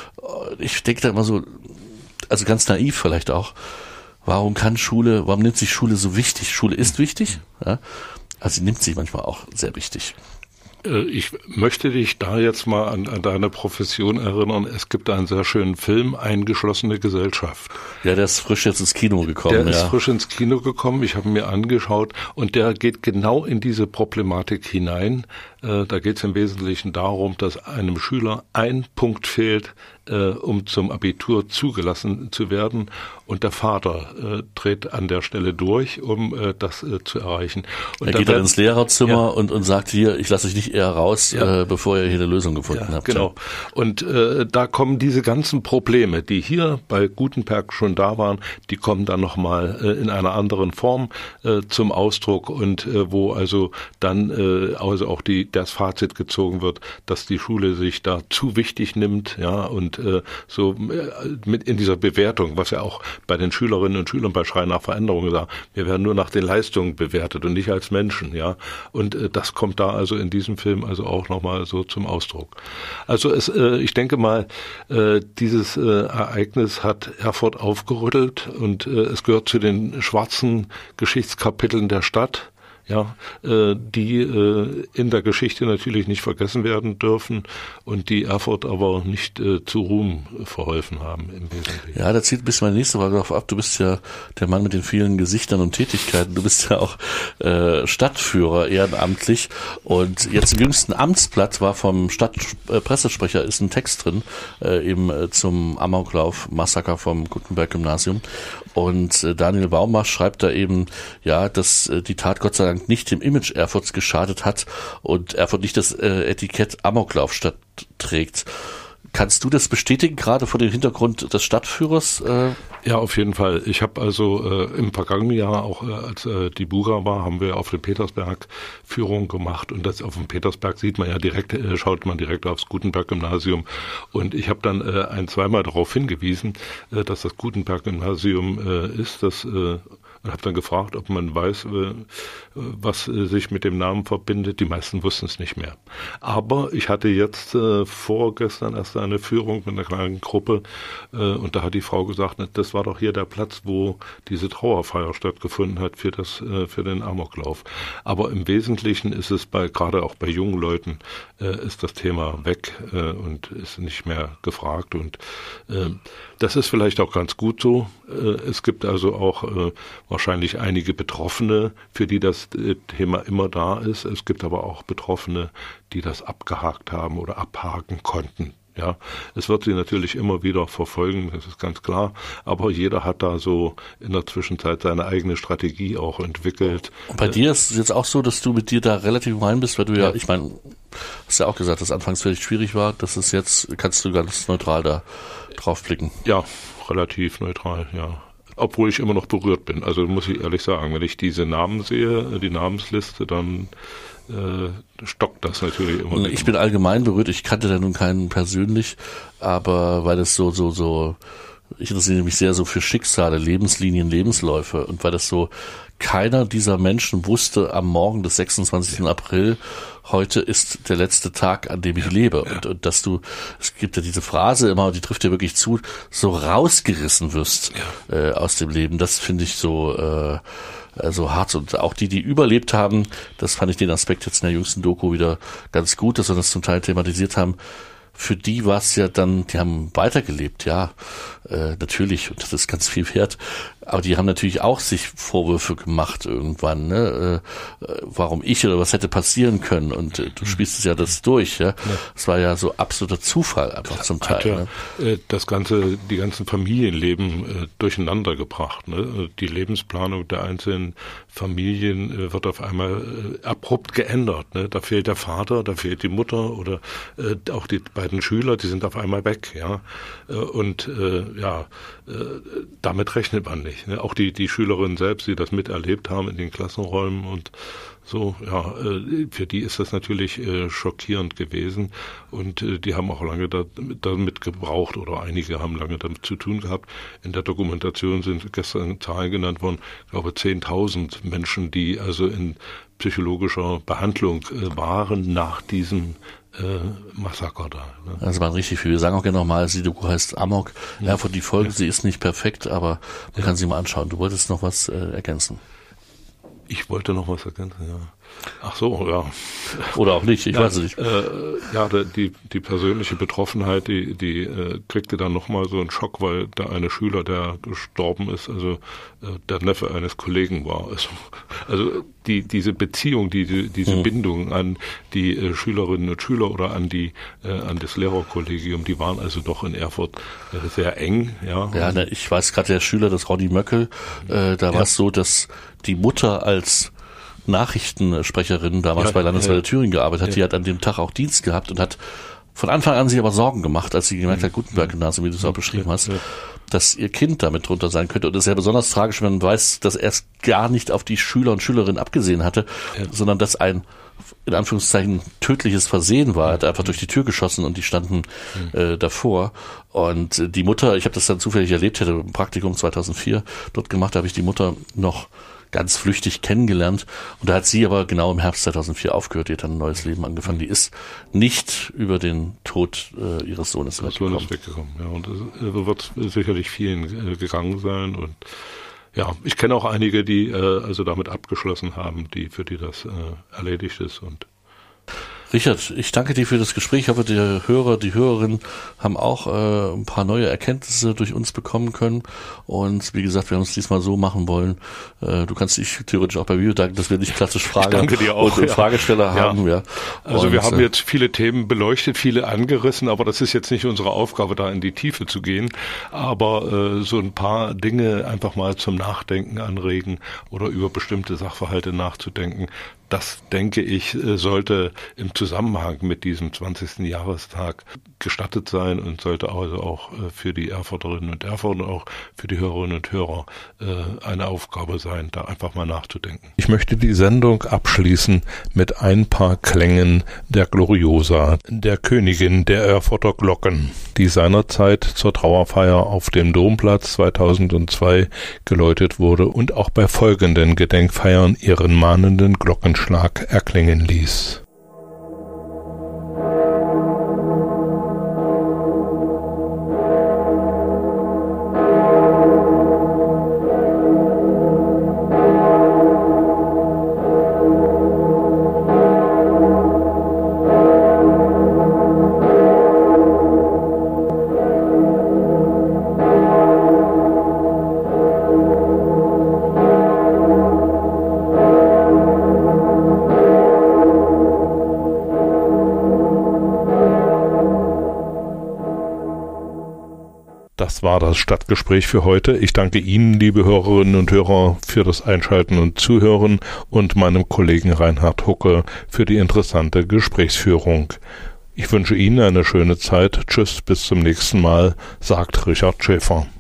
Ich denke da immer so, also ganz naiv vielleicht auch, warum kann Schule, warum nimmt sich Schule so wichtig? Schule ist wichtig, ja, also sie nimmt sich manchmal auch sehr wichtig. Ich möchte dich da jetzt mal an, an deine Profession erinnern. Es gibt einen sehr schönen Film, Eingeschlossene Gesellschaft. Ja, der ist frisch jetzt ins Kino gekommen. Der ja. ist frisch ins Kino gekommen. Ich habe ihn mir angeschaut und der geht genau in diese Problematik hinein. Äh, da geht es im Wesentlichen darum, dass einem Schüler ein Punkt fehlt, äh, um zum Abitur zugelassen zu werden. Und der Vater äh, dreht an der Stelle durch, um äh, das äh, zu erreichen. Und er geht dann ins Lehrerzimmer ja. und, und sagt hier, ich lasse euch nicht eher raus, ja. äh, bevor ihr hier eine Lösung gefunden ja, habt. Genau. Und äh, da kommen diese ganzen Probleme, die hier bei Gutenberg schon da waren, die kommen dann nochmal äh, in einer anderen Form äh, zum Ausdruck und äh, wo also dann äh, also auch die das Fazit gezogen wird, dass die Schule sich da zu wichtig nimmt, ja, und äh, so äh, mit in dieser Bewertung, was ja auch bei den Schülerinnen und Schülern bei Schrei nach Veränderung gesagt, wir werden nur nach den Leistungen bewertet und nicht als Menschen, ja, und äh, das kommt da also in diesem Film also auch nochmal so zum Ausdruck. Also es, äh, ich denke mal, äh, dieses äh, Ereignis hat Erfurt aufgerüttelt und äh, es gehört zu den schwarzen Geschichtskapiteln der Stadt. Ja, äh, die äh, in der Geschichte natürlich nicht vergessen werden dürfen und die Erfurt aber nicht äh, zu Ruhm verholfen haben im Wesentlichen. Ja, da zieht ein bisschen meine nächste Frage darauf ab. Du bist ja der Mann mit den vielen Gesichtern und Tätigkeiten. Du bist ja auch äh, Stadtführer ehrenamtlich und jetzt im jüngsten Amtsblatt war vom Stadtpressesprecher äh, ist ein Text drin, äh, eben äh, zum Amoklauf-Massaker vom Gutenberg-Gymnasium. Und äh, Daniel Baumach schreibt da eben, ja, dass äh, die Tat Gott sei Dank nicht dem Image Erfurts geschadet hat und Erfurt nicht das äh, Etikett Amoklaufstadt trägt. Kannst du das bestätigen, gerade vor dem Hintergrund des Stadtführers? Äh? Ja, auf jeden Fall. Ich habe also äh, im vergangenen Jahr, auch äh, als äh, die Buga war, haben wir auf dem Petersberg Führung gemacht und das auf dem Petersberg sieht man ja direkt, äh, schaut man direkt aufs Gutenberg-Gymnasium und ich habe dann äh, ein, zweimal darauf hingewiesen, äh, dass das Gutenberg-Gymnasium äh, ist, das äh, und habe dann gefragt, ob man weiß, was sich mit dem Namen verbindet. Die meisten wussten es nicht mehr. Aber ich hatte jetzt äh, vorgestern erst eine Führung mit einer kleinen Gruppe äh, und da hat die Frau gesagt, das war doch hier der Platz, wo diese Trauerfeier stattgefunden hat für das äh, für den Amoklauf. Aber im Wesentlichen ist es bei gerade auch bei jungen Leuten äh, ist das Thema weg äh, und ist nicht mehr gefragt und äh, das ist vielleicht auch ganz gut so. Äh, es gibt also auch äh, wahrscheinlich einige Betroffene, für die das Thema immer da ist. Es gibt aber auch Betroffene, die das abgehakt haben oder abhaken konnten. Ja, es wird sie natürlich immer wieder verfolgen, das ist ganz klar. Aber jeder hat da so in der Zwischenzeit seine eigene Strategie auch entwickelt. Und bei dir ist es jetzt auch so, dass du mit dir da relativ rein bist, weil du ja, ja ich meine, hast ja auch gesagt, dass anfangs vielleicht schwierig war. Das ist jetzt, kannst du ganz neutral da drauf blicken. Ja, relativ neutral, ja. Obwohl ich immer noch berührt bin. Also muss ich ehrlich sagen, wenn ich diese Namen sehe, die Namensliste, dann äh, stockt das natürlich immer. Ich bin allgemein berührt. Ich kannte da nun keinen persönlich, aber weil das so, so, so, ich interessiere mich sehr so für Schicksale, Lebenslinien, Lebensläufe und weil das so, keiner dieser Menschen wusste am Morgen des sechsundzwanzigsten April, heute ist der letzte Tag, an dem ich ja, lebe. Ja. Und, und dass du, es gibt ja diese Phrase immer, die trifft dir wirklich zu, so rausgerissen wirst ja. äh, aus dem Leben. Das finde ich so, äh, so hart. Und auch die, die überlebt haben, das fand ich den Aspekt jetzt in der jüngsten Doku wieder ganz gut, dass wir das zum Teil thematisiert haben. Für die war es ja dann, die haben weitergelebt, ja, äh, natürlich, und das ist ganz viel wert. Aber die haben natürlich auch sich Vorwürfe gemacht irgendwann, ne? Äh, warum ich oder was hätte passieren können. Und äh, du spielst es ja das durch, ja. Es war ja so absoluter Zufall einfach zum Teil. Hat ja, ne? Das ganze, die ganzen Familienleben äh, durcheinander gebracht. Ne? Die Lebensplanung der einzelnen Familien äh, wird auf einmal äh, abrupt geändert. Ne? Da fehlt der Vater, da fehlt die Mutter oder äh, auch die beiden Schüler, die sind auf einmal weg, ja. Äh, und äh, ja, äh, damit rechnet man nicht. Ne? Auch die, die Schülerinnen selbst, die das miterlebt haben in den Klassenräumen und so, ja, äh, für die ist das natürlich äh, schockierend gewesen und äh, die haben auch lange da, damit gebraucht oder einige haben lange damit zu tun gehabt. In der Dokumentation sind gestern Zahlen genannt worden, ich glaube zehntausend Menschen, die also in psychologischer Behandlung äh, waren nach diesem äh, Massaker da. Ne? Das waren richtig viel. Wir sagen auch gerne nochmal, die Doku heißt Amok. Ja, von die Folge, ja. Sie ist nicht perfekt, aber man ja. kann sie mal anschauen. Du wolltest noch was äh, ergänzen. Ich wollte noch was ergänzen, ja. Ach so, ja. Oder auch nicht, ich ja, weiß es nicht. Äh, ja, die, die persönliche Betroffenheit, die, die äh, kriegte dann nochmal so einen Schock, weil der eine Schüler, der gestorben ist, also äh, der Neffe eines Kollegen war. Also, also die, diese Beziehung, die, die, diese mhm. Bindung an die äh, Schülerinnen und Schüler oder an die, äh, an das Lehrerkollegium, die waren also doch in Erfurt äh, sehr eng, ja. Ja, ne, ich weiß gerade, der Schüler, das Ronny Möckel, äh, da ja. war es so, dass die Mutter als Nachrichtensprecherin damals ja, bei Landeswelle ja. Thüringen gearbeitet hat, ja. die hat an dem Tag auch Dienst gehabt und hat von Anfang an sich aber Sorgen gemacht, als sie gemerkt hat, Gutenberg-Gymnasium, wie du es auch beschrieben hast, ja. dass ihr Kind damit drunter sein könnte. Und das ist ja besonders tragisch, wenn man weiß, dass er es gar nicht auf die Schüler und Schülerinnen abgesehen hatte, ja. sondern dass ein in Anführungszeichen tödliches Versehen war. Er hat einfach durch die Tür geschossen und die standen mhm. äh, davor. Und äh, die Mutter, ich habe das dann zufällig erlebt, hätte ein Praktikum zweitausendvier dort gemacht, da habe ich die Mutter noch ganz flüchtig kennengelernt. Und da hat sie aber genau im Herbst zweitausendvier aufgehört, die hat dann ein neues Leben angefangen. Die ist nicht über den Tod äh, ihres Sohnes weggekommen. Sohnes weggekommen. Ja, und es wird sicherlich vielen äh, gegangen sein. Und ja, ich kenne auch einige, die äh, also damit abgeschlossen haben, die für die das äh, erledigt ist. Und Richard, ich danke dir für das Gespräch. Ich hoffe, die Hörer, die Hörerinnen haben auch äh, ein paar neue Erkenntnisse durch uns bekommen können. Und wie gesagt, wir haben es diesmal so machen wollen. Äh, du kannst dich theoretisch auch bei mir danken, dass wir nicht klassisch Frage danke dir auch, und ja. Fragesteller ja. haben. Ja. Also und, wir haben äh, jetzt viele Themen beleuchtet, viele angerissen, aber das ist jetzt nicht unsere Aufgabe, da in die Tiefe zu gehen. Aber äh, so ein paar Dinge einfach mal zum Nachdenken anregen oder über bestimmte Sachverhalte nachzudenken. Das, denke ich, sollte im Zusammenhang mit diesem zwanzigsten Jahrestag gestattet sein und sollte also auch für die Erfurterinnen und Erfurter und auch für die Hörerinnen und Hörer eine Aufgabe sein, da einfach mal nachzudenken. Ich möchte die Sendung abschließen mit ein paar Klängen der Gloriosa, der Königin der Erfurter Glocken, die seinerzeit zur Trauerfeier auf dem Domplatz zweitausendzwei geläutet wurde und auch bei folgenden Gedenkfeiern ihren mahnenden Glockenschlag erklingen ließ. Das war das Stadtgespräch für heute. Ich danke Ihnen, liebe Hörerinnen und Hörer, für das Einschalten und Zuhören und meinem Kollegen Reinhard Hucke für die interessante Gesprächsführung. Ich wünsche Ihnen eine schöne Zeit. Tschüss, bis zum nächsten Mal, sagt Richard Schäfer.